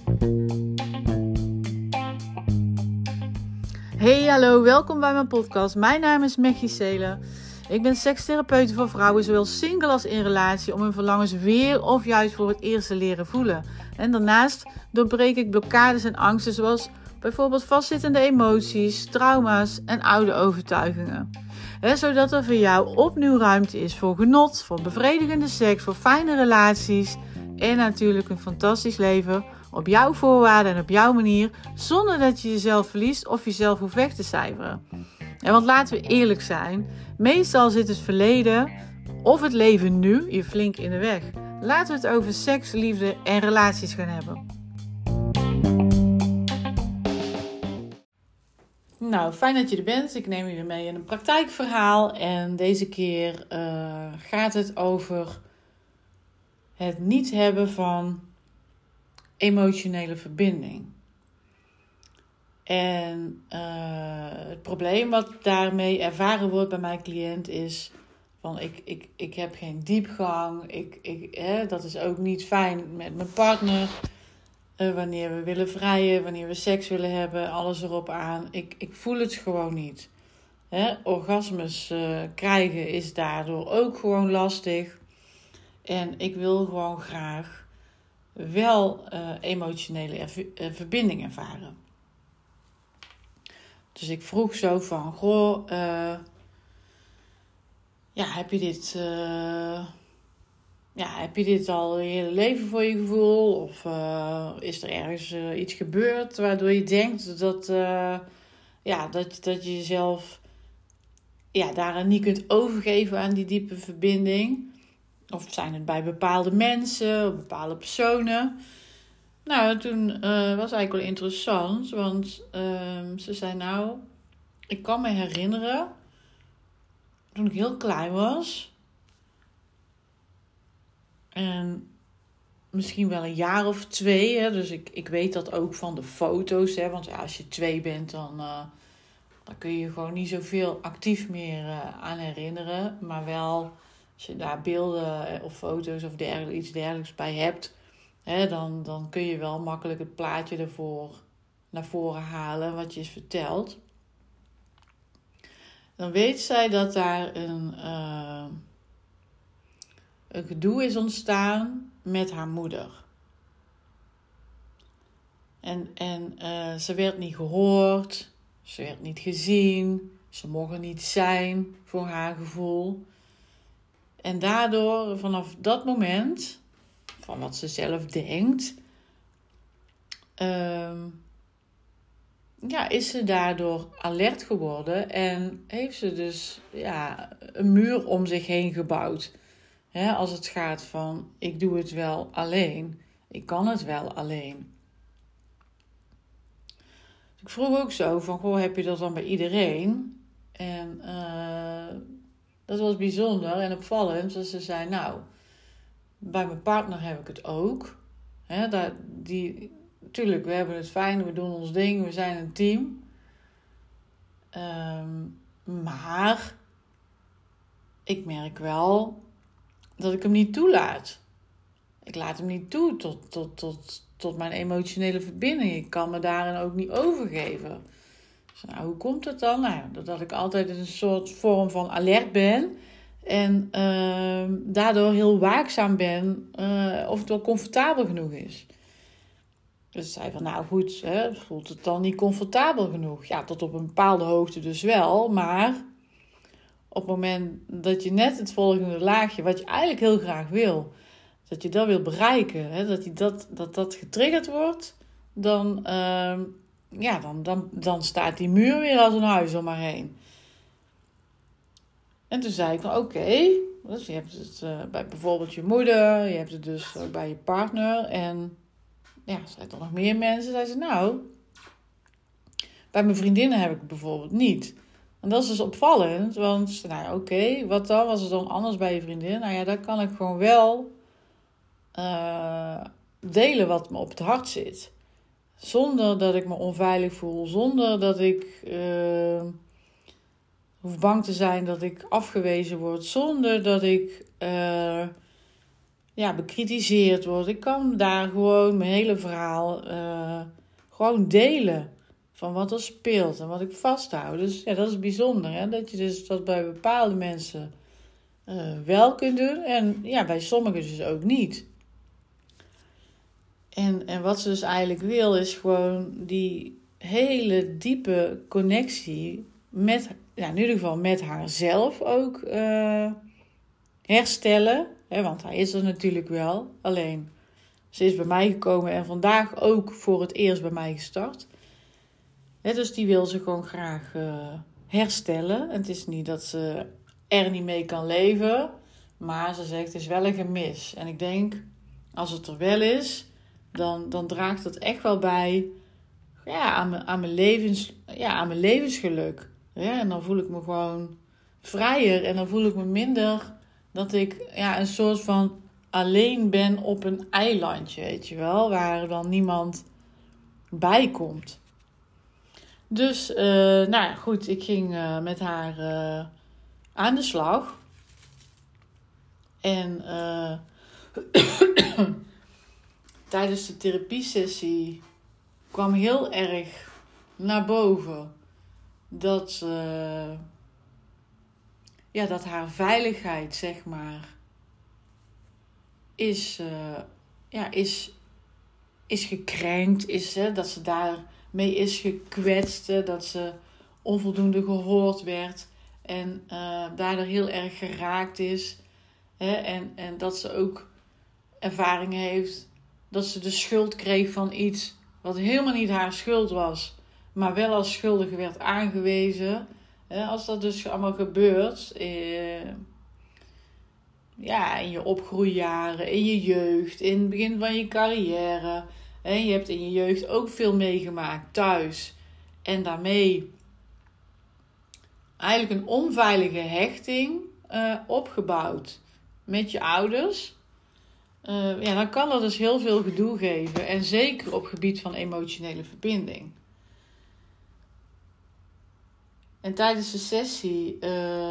Hey, hallo, welkom bij mijn podcast. Mijn naam is Mechie Seelen. Ik ben sekstherapeut voor vrouwen, zowel single als in relatie, om hun verlangens weer of juist voor het eerst te leren voelen. En daarnaast doorbreek ik blokkades en angsten, zoals bijvoorbeeld vastzittende emoties, trauma's en oude overtuigingen. Zodat er voor jou opnieuw ruimte is voor genot, voor bevredigende seks, voor fijne relaties en natuurlijk een fantastisch leven op jouw voorwaarden en op jouw manier, zonder dat je jezelf verliest of jezelf hoeft weg te cijferen. Want laten we eerlijk zijn, meestal zit het verleden of het leven nu je flink in de weg. Laten we het over seks, liefde en relaties gaan hebben. Nou, fijn dat je er bent. Ik neem je mee in een praktijkverhaal. En deze keer gaat het over het niet hebben van emotionele verbinding. En het probleem wat daarmee ervaren wordt bij mijn cliënt is van ik heb geen diepgang. Dat is ook niet fijn met mijn partner. Wanneer we willen vrijen, wanneer we seks willen hebben, alles erop aan. Ik voel het gewoon niet. Orgasmes krijgen is daardoor ook gewoon lastig. En ik wil gewoon graag wel emotionele verbinding ervaren. Dus ik vroeg zo van, heb je dit al je hele leven voor je gevoel? Of is er ergens iets gebeurd waardoor je denkt dat je jezelf daaraan niet kunt overgeven aan die diepe verbinding? Of zijn het bij bepaalde mensen of bepaalde personen? Nou, toen was eigenlijk wel interessant, want ze zei ik kan me herinneren, toen ik heel klein was, en misschien wel een jaar of 2, dus ik weet dat ook van de foto's, want als je 2 bent, dan kun je je gewoon niet zoveel actief meer aan herinneren, maar wel als je daar beelden of foto's of iets dergelijks bij hebt, dan kun je wel makkelijk het plaatje ervoor naar voren halen wat je is verteld. Dan weet zij dat daar een gedoe is ontstaan met haar moeder. En ze werd niet gehoord, ze werd niet gezien, ze mocht er niet zijn voor haar gevoel. En daardoor, vanaf dat moment, van wat ze zelf denkt, is ze daardoor alert geworden en heeft ze dus een muur om zich heen gebouwd. Als het gaat van, ik doe het wel alleen, ik kan het wel alleen. Dus ik vroeg ook zo van, heb je dat dan bij iedereen? En dat was bijzonder en opvallend. Dus ze zei, bij mijn partner heb ik het ook. Tuurlijk, we hebben het fijn, we doen ons ding, we zijn een team. Maar ik merk wel dat ik hem niet toelaat. Ik laat hem niet toe tot mijn emotionele verbinding. Ik kan me daarin ook niet overgeven. Dus hoe komt het dan? Doordat ik altijd in een soort vorm van alert ben. En daardoor heel waakzaam ben of het wel comfortabel genoeg is. Dus zei van, voelt het dan niet comfortabel genoeg? Ja, tot op een bepaalde hoogte dus wel. Maar op het moment dat je net het volgende laagje, wat je eigenlijk heel graag wil, dat je dat wil bereiken, dat getriggerd wordt, dan staat die muur weer als een huis om haar heen. En toen zei ik oké, dus je hebt het bij bijvoorbeeld je moeder, je hebt het dus ook bij je partner. En zijn er nog meer mensen? Zei ze, bij mijn vriendinnen heb ik het bijvoorbeeld niet. En dat is dus opvallend, want wat dan? Was het dan anders bij je vriendin? Dan kan ik gewoon wel delen wat me op het hart zit. Zonder dat ik me onveilig voel, zonder dat ik hoef bang te zijn dat ik afgewezen word, zonder dat ik bekritiseerd word. Ik kan daar gewoon mijn hele verhaal gewoon delen. Van wat er speelt en wat ik vasthoud. Dus ja, dat is bijzonder. Hè? Dat je dus dat bij bepaalde mensen wel kunt doen. En ja, bij sommigen dus ook niet. En wat ze dus eigenlijk wil, is gewoon die hele diepe connectie met, in ieder geval met haarzelf ook herstellen. Hè, want hij is er natuurlijk wel. Alleen, ze is bij mij gekomen en vandaag ook voor het eerst bij mij gestart. Hè, dus die wil ze gewoon graag herstellen. En het is niet dat ze er niet mee kan leven. Maar ze zegt, het is wel een gemis. En ik denk, als het er wel is, dan draagt het echt wel bij aan mijn levensgeluk. Ja, en dan voel ik me gewoon vrijer. En dan voel ik me minder dat ik een soort van alleen ben op een eilandje, weet je wel. Waar dan niemand bij komt. Dus, goed, ik ging met haar aan de slag. En tijdens de therapiesessie kwam heel erg naar boven dat haar veiligheid, zeg maar, is gekrenkt, dat ze daarmee is gekwetst, dat ze onvoldoende gehoord werd en daardoor heel erg geraakt is. En dat ze ook ervaringen heeft dat ze de schuld kreeg van iets wat helemaal niet haar schuld was, maar wel als schuldige werd aangewezen. Als dat dus allemaal gebeurt in je opgroeijaren, in je jeugd, in het begin van je carrière. En je hebt in je jeugd ook veel meegemaakt thuis. En daarmee eigenlijk een onveilige hechting opgebouwd met je ouders. Dan kan dat dus heel veel gedoe geven. En zeker op gebied van emotionele verbinding. En tijdens de sessie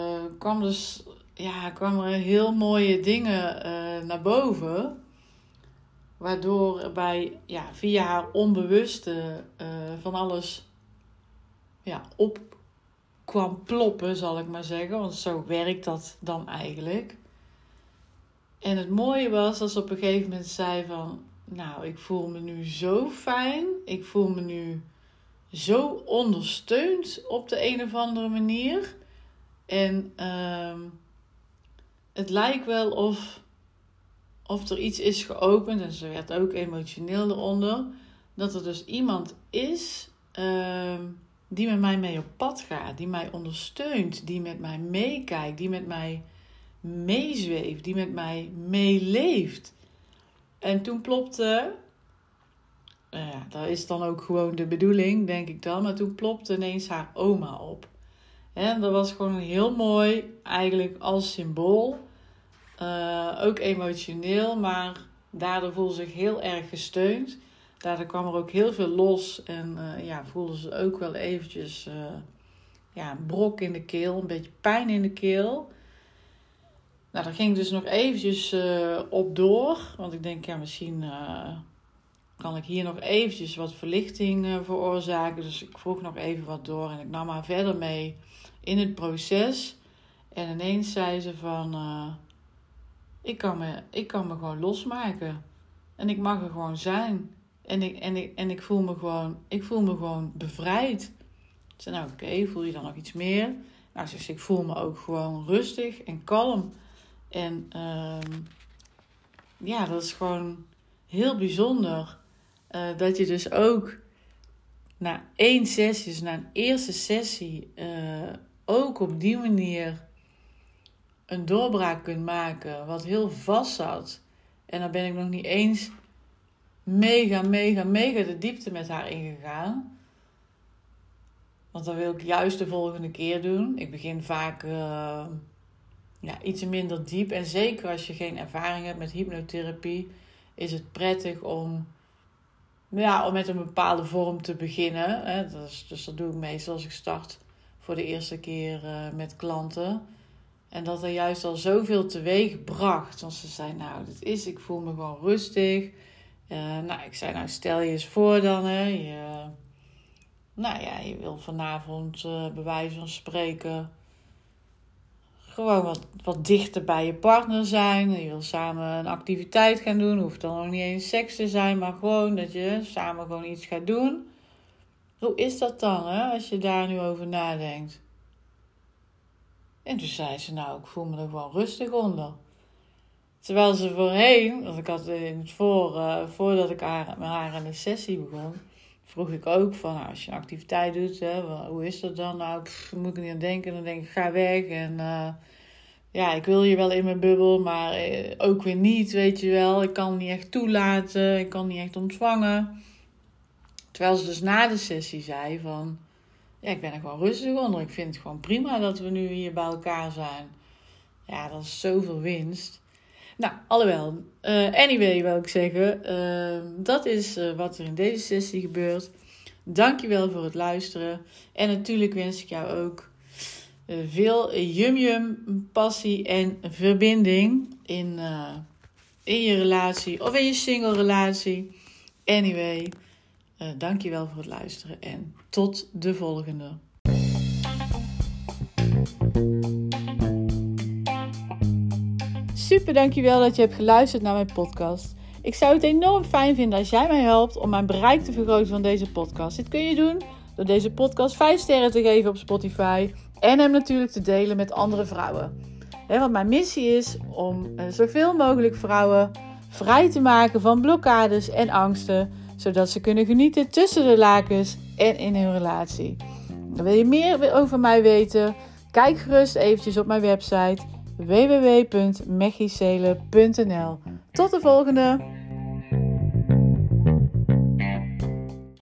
kwamen er heel mooie dingen naar boven. Waardoor erbij via haar onbewuste van alles op kwam ploppen, zal ik maar zeggen. Want zo werkt dat dan eigenlijk. En het mooie was dat ze op een gegeven moment zei van, ik voel me nu zo fijn. Ik voel me nu zo ondersteund op de een of andere manier. En het lijkt wel of er iets is geopend. En ze werd ook emotioneel eronder. Dat er dus iemand is die met mij mee op pad gaat. Die mij ondersteunt. Die met mij meekijkt. Die met mij meezweeft. Die met mij meeleeft. En toen plopte... dat is dan ook gewoon de bedoeling, denk ik dan. Maar toen plopte ineens haar oma op. En dat was gewoon heel mooi, eigenlijk als symbool. Ook emotioneel, maar daardoor voelde ze zich heel erg gesteund. Daardoor kwam er ook heel veel los. En voelde ze ook wel eventjes een brok in de keel, een beetje pijn in de keel. Nou, daar ging dus nog eventjes op door. Want ik denk, misschien kan ik hier nog eventjes wat verlichting veroorzaken. Dus ik vroeg nog even wat door en ik nam haar verder mee in het proces. En ineens zei ze van, ik kan me gewoon losmaken. En ik mag er gewoon zijn. En ik voel me gewoon bevrijd. Ik zei, oké, voel je dan nog iets meer? Nou, ze zei, ik voel me ook gewoon rustig en kalm. En dat is gewoon heel bijzonder. Dat je dus ook na één sessie, dus na een eerste sessie, ook op die manier een doorbraak kunt maken. Wat heel vast zat. En daar ben ik nog niet eens mega de diepte met haar ingegaan. Want dat wil ik juist de volgende keer doen. Ik begin vaak iets minder diep. En zeker als je geen ervaring hebt met hypnotherapie, is het prettig om met een bepaalde vorm te beginnen. Dus dat doe ik meestal als ik start voor de eerste keer met klanten. En dat er juist al zoveel teweeg bracht. Want ze zei, ik voel me gewoon rustig. Ik zei, stel je eens voor dan, hè. Je wil vanavond bij wijze van spreken gewoon wat dichter bij je partner zijn. Je wil samen een activiteit gaan doen. Hoeft dan nog niet eens seks te zijn, maar gewoon dat je samen gewoon iets gaat doen. Hoe is dat dan, hè, als je daar nu over nadenkt? En toen zei ze, ik voel me er gewoon rustig onder. Terwijl ze voorheen, want ik had in het voordat ik met haar aan de sessie begon, vroeg ik ook van, als je een activiteit doet, hè, hoe is dat dan? Moet ik er niet aan denken. Dan denk ik, ga weg. En ik wil je wel in mijn bubbel, maar ook weer niet, weet je wel. Ik kan het niet echt toelaten, ik kan het niet echt ontvangen. Terwijl ze dus na de sessie zei van, ik ben er gewoon rustig onder. Ik vind het gewoon prima dat we nu hier bij elkaar zijn. Ja, dat is zoveel winst. Anyway wil ik zeggen, dat is wat er in deze sessie gebeurt. Dankjewel voor het luisteren. En natuurlijk wens ik jou ook veel yum, passie en verbinding in je relatie of in je single relatie. Anyway, dankjewel voor het luisteren en tot de volgende. Super, dankjewel dat je hebt geluisterd naar mijn podcast. Ik zou het enorm fijn vinden als jij mij helpt om mijn bereik te vergroten van deze podcast. Dit kun je doen door deze podcast 5 sterren te geven op Spotify en hem natuurlijk te delen met andere vrouwen. Want mijn missie is om zoveel mogelijk vrouwen vrij te maken van blokkades en angsten, zodat ze kunnen genieten tussen de lakens en in hun relatie. Wil je meer over mij weten? Kijk gerust eventjes op mijn website www.mechicele.nl. Tot de volgende!